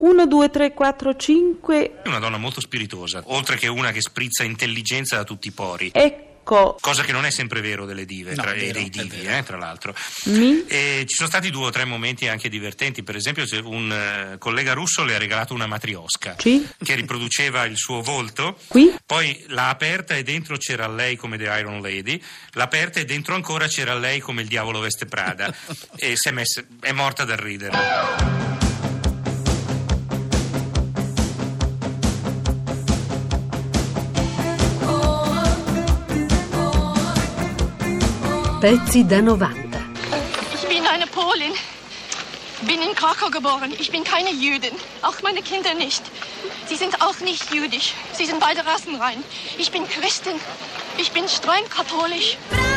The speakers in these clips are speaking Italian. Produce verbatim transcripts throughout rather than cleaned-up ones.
uno, due, tre, quattro, cinque. È una donna molto spiritosa, oltre che una che sprizza intelligenza da tutti i pori. Ecco. Cosa che non è sempre vero delle dive, No, tra, vero, e dei divi, eh, tra l'altro. Mi? E ci sono stati due o tre momenti anche divertenti. Per esempio, se un uh, collega russo le ha regalato una matriosca Sì. che riproduceva il suo volto. Qui? Poi l'ha aperta e dentro c'era lei come The Iron Lady. L'ha aperta e dentro ancora c'era lei come il diavolo veste Prada. E si è, messa, è morta dal ridere. Pezzi da novanta. Ich bin eine Polin. Bin in Krakau geboren. Ich bin keine Jüdin. Auch meine Kinder nicht. Sie sind auch nicht jüdisch. Sie sind beide rassenrein. Ich bin Christin. Ich bin streng katholisch.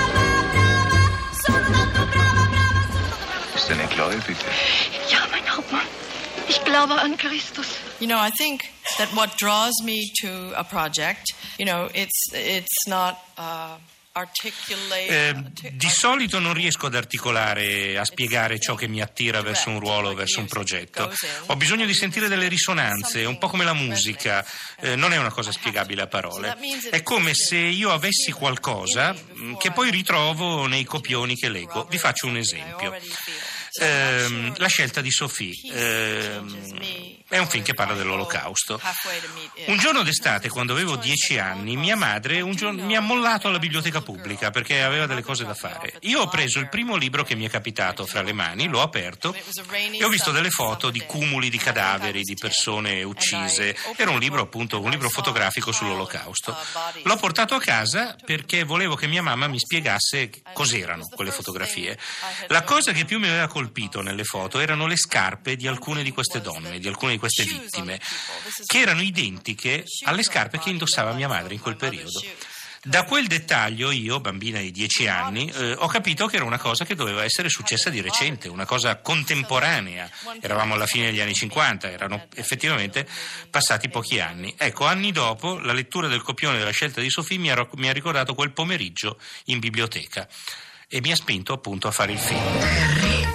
Bist du eine Gläubige? Ja, mein Hauptmann. Ich glaube an Christus. You know, I think that what draws me to a project, you know, it's it's not uh Eh, di solito non riesco ad articolare, a spiegare ciò che mi attira verso un ruolo, verso un progetto. Ho bisogno di sentire delle risonanze, è un po' come la musica, eh, non è una cosa spiegabile a parole. È come se io avessi qualcosa che poi ritrovo nei copioni che leggo. Vi faccio un esempio. Eh, la scelta di Sophie eh, è un film che parla dell'Olocausto. Un giorno d'estate, quando avevo dieci anni, mia madre un giorno mi ha mollato alla biblioteca pubblica perché aveva delle cose da fare. Io ho preso il primo libro che mi è capitato fra le mani, l'ho aperto e ho visto delle foto di cumuli di cadaveri, di persone uccise. Era un libro, appunto, un libro fotografico sull'Olocausto. L'ho portato a casa perché volevo che mia mamma mi spiegasse cos'erano quelle fotografie. La cosa che più mi aveva colpito colpito nelle foto erano le scarpe di alcune di queste donne, di alcune di queste vittime, che erano identiche alle scarpe che indossava mia madre in quel periodo. Da quel dettaglio io, bambina di dieci anni, eh, ho capito che era una cosa che doveva essere successa di recente, una cosa contemporanea. Eravamo alla fine degli anni cinquanta, erano effettivamente passati pochi anni. Ecco, anni dopo, la lettura del copione della scelta di Sophie mi ha, mi ha ricordato quel pomeriggio in biblioteca e mi ha spinto appunto a fare il film.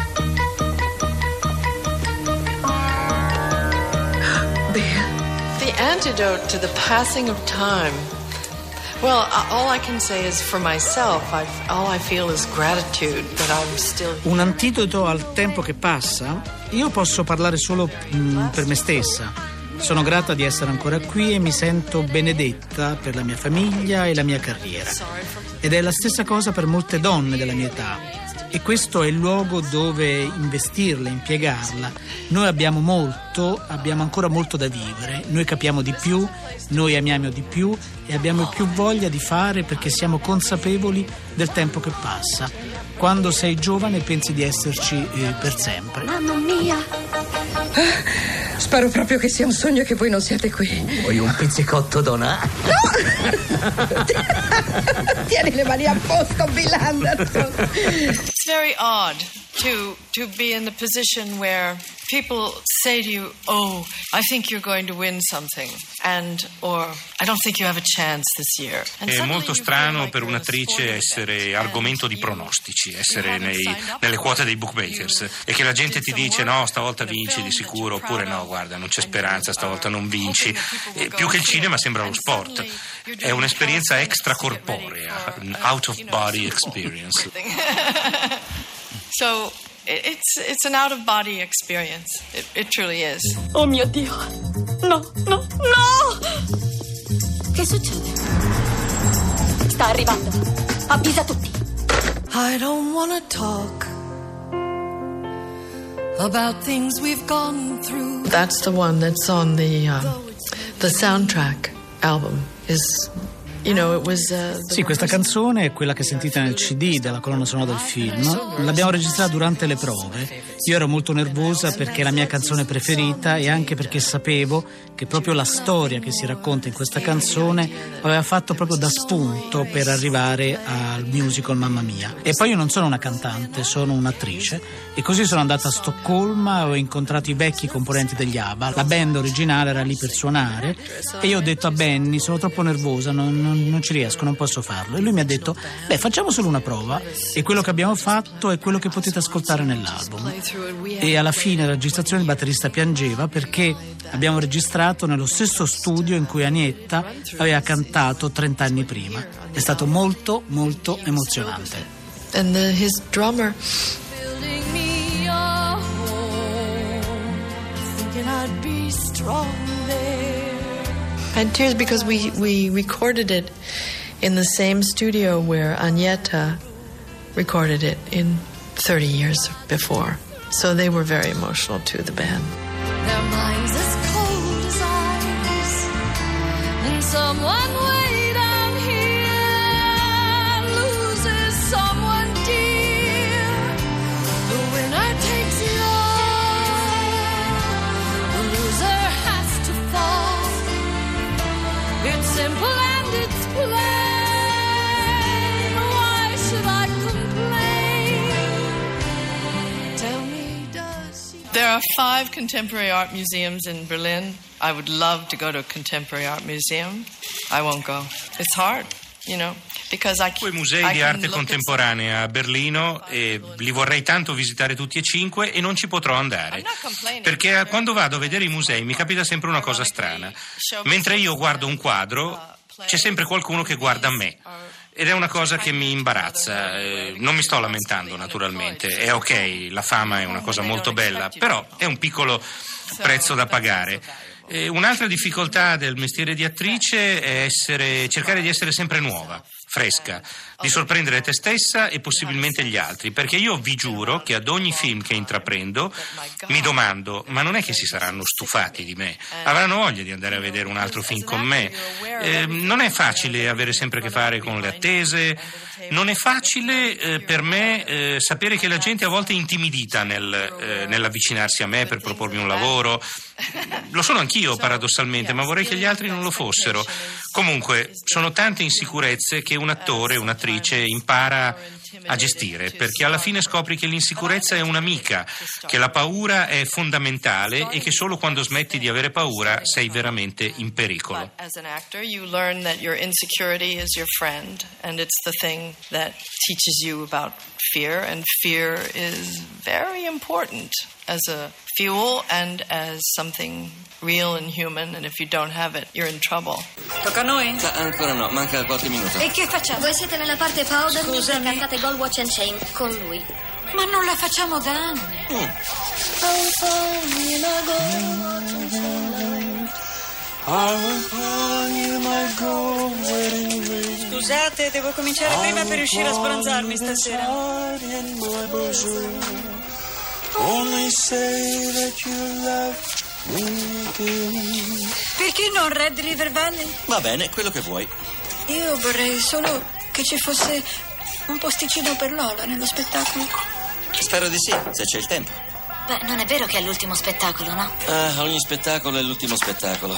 The antidote to the passing of time. Well, all I can say is for myself, I, all I feel is gratitude that I'm still here. Un antidoto al tempo che passa? Io posso parlare solo mh, per me stessa. Sono grata di essere ancora qui e mi sento benedetta per la mia famiglia e la mia carriera. Ed è la stessa cosa per molte donne della mia età. E questo è il luogo dove investirla, impiegarla. Noi abbiamo molto, abbiamo ancora molto da vivere. Noi capiamo di più, noi amiamo di più e abbiamo più voglia di fare perché siamo consapevoli del tempo che passa. Quando sei giovane pensi di esserci eh, per sempre. Mamma mia! Spero proprio che sia un sogno che voi non siate qui. Vuoi un pizzicotto, Donna? No! Tieni le mani a posto, Bill Anderson. It's very odd to to be in the position where people say to you, "Oh, I think you're going to win something," and or "I don't think you have a chance this year." And È suddenly molto you feel strano like per you're un'attrice a sporting essere event argomento and di you- pronostici, you essere haven't nei, signed up nelle for quote it. dei bookmakers You e che la gente did ti some dice work no, stavolta in a vinci di film that sicuro, you're oppure proud no, of, guarda, non c'è and speranza, you stavolta are non vinci. hoping that people will E go più che il and see cinema it. sembra lo And sport. suddenly you're È doing un'esperienza castings to get ready extracorporea, for, un uh, out of you know, body Super Bowl. experience. So it's it's an out of body experience. It, it truly is. Oh mio Dio! No, no, no! Che succede? Sta arrivando. Avvisa tutti. I don't wanna talk about things we've gone through. That's the one that's on the um, the soundtrack album. Is you know it was. Uh, Sì, questa canzone è quella che sentite nel C D della colonna sonora del film. L'abbiamo registrata durante le prove. Io ero molto nervosa perché è la mia canzone preferita e anche perché sapevo che proprio la storia che si racconta in questa canzone aveva fatto proprio da spunto per arrivare al musical Mamma Mia. E poi io non sono una cantante, sono un'attrice e così sono andata a Stoccolma, ho incontrato i vecchi componenti degli ABBA, la band originale era lì per suonare e io ho detto a Benny sono troppo nervosa, non, non non, non ci riesco, non posso farlo. E lui mi ha detto, beh, facciamo solo una prova, e quello che abbiamo fatto è quello che potete ascoltare nell'album. E alla fine della registrazione il batterista piangeva perché abbiamo registrato nello stesso studio in cui Anietta aveva cantato trent'anni prima. È stato molto, molto emozionante. And the, his drummer I'd be strong there. I had tears because we, we recorded it in the same studio where Agneta recorded it in thirty years before. So they were very emotional to the band. Their minds as cold as ice, and someone way down here loses someone dear. The winner takes it all. It's simple and it's plain. Why should I complain? Tell me, does she... There are five contemporary art museums in Berlin. I would love to go to a contemporary art museum. I won't go. It's hard, you know. Due musei di arte contemporanea a Berlino, e li vorrei tanto visitare tutti e cinque e non ci potrò andare, perché quando vado a vedere i musei mi capita sempre una cosa strana. Mentre io guardo un quadro, c'è sempre qualcuno che guarda me. Ed è una cosa che mi imbarazza. Non mi sto lamentando, naturalmente. È ok, la fama è una cosa molto bella, però è un piccolo prezzo da pagare. E un'altra difficoltà del mestiere di attrice è essere, cercare di essere sempre nuova, fresca, di sorprendere te stessa e possibilmente gli altri, perché io vi giuro che ad ogni film che intraprendo mi domando, ma non è che si saranno stufati di me? Avranno voglia di andare a vedere un altro film con me? Eh, non è facile avere sempre a che fare con le attese, non è facile eh, per me eh, sapere che la gente a volte è intimidita nel, eh, nell'avvicinarsi a me per propormi un lavoro. Lo sono anch'io paradossalmente, ma vorrei che gli altri non lo fossero. Comunque sono tante insicurezze che un attore, un'attrice impara a gestire, perché alla fine scopri che l'insicurezza è un'amica, che la paura è fondamentale e che solo quando smetti di avere paura sei veramente in pericolo. As an actor, you learn that your insecurity is your friend, and it's the thing that teaches you about fear, and fear is very important as a fuel and as something real and human, and if you don't have it, you're in trouble. Tocca a noi? Sa, ancora no, manca qualche minuto. E che facciamo? Voi siete nella parte powder, Scusami. cantate Gold Watch and Chain con lui. Ma non la facciamo da anni. Mm. Scusate, devo cominciare prima per riuscire a sbronzarmi stasera. Only say that you love me again. Perché non Red River Valley? Va bene, quello che vuoi. Io vorrei solo che ci fosse un posticino per Lola nello spettacolo. Spero di sì, se c'è il tempo. Beh, non è vero che è l'ultimo spettacolo, no? Ah, ogni spettacolo è l'ultimo spettacolo.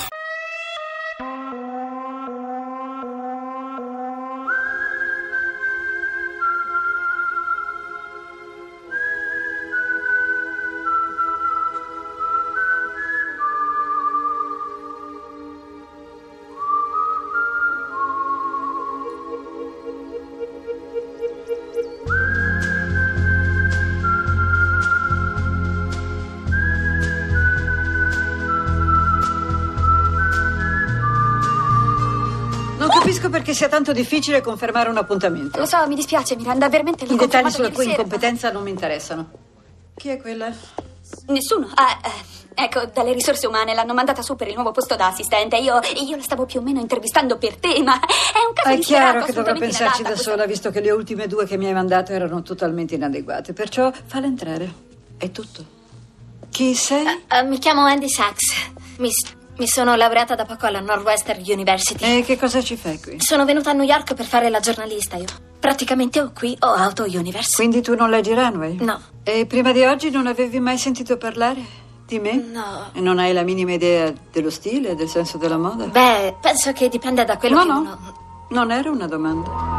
Non capisco perché sia tanto difficile confermare un appuntamento. Lo so, mi dispiace, Miranda, veramente l'ho I dettagli confermato sulla ieri tua sera. incompetenza non mi interessano. Chi è quella? Nessuno. Ah, eh, ecco, dalle risorse umane l'hanno mandata su per il nuovo posto da assistente. Io, io la stavo più o meno intervistando per te, ma è un caso È disperato, chiaro che dovrò assolutamente pensarci da inadatta, sola, visto che le ultime due che mi hai mandato erano totalmente inadeguate. Perciò falla entrare. È tutto. Chi sei? Uh, uh, mi chiamo Andy Sachs. Mi, mi sono laureata da poco alla Northwestern University. E che cosa ci fai qui? Sono venuta a New York per fare la giornalista io. Praticamente o qui o Auto Universe. Quindi tu non leggi Runway? No. E prima di oggi non avevi mai sentito parlare di me? No. E non hai la minima idea dello stile, del senso della moda? Beh, penso che dipenda da quello no, che no. uno... Non era una domanda.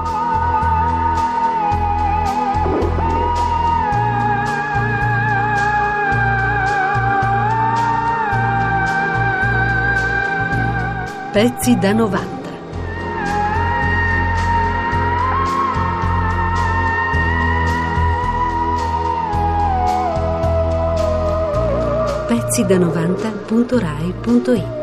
Pezzi da novanta. pezzi da novanta punto rai punto it.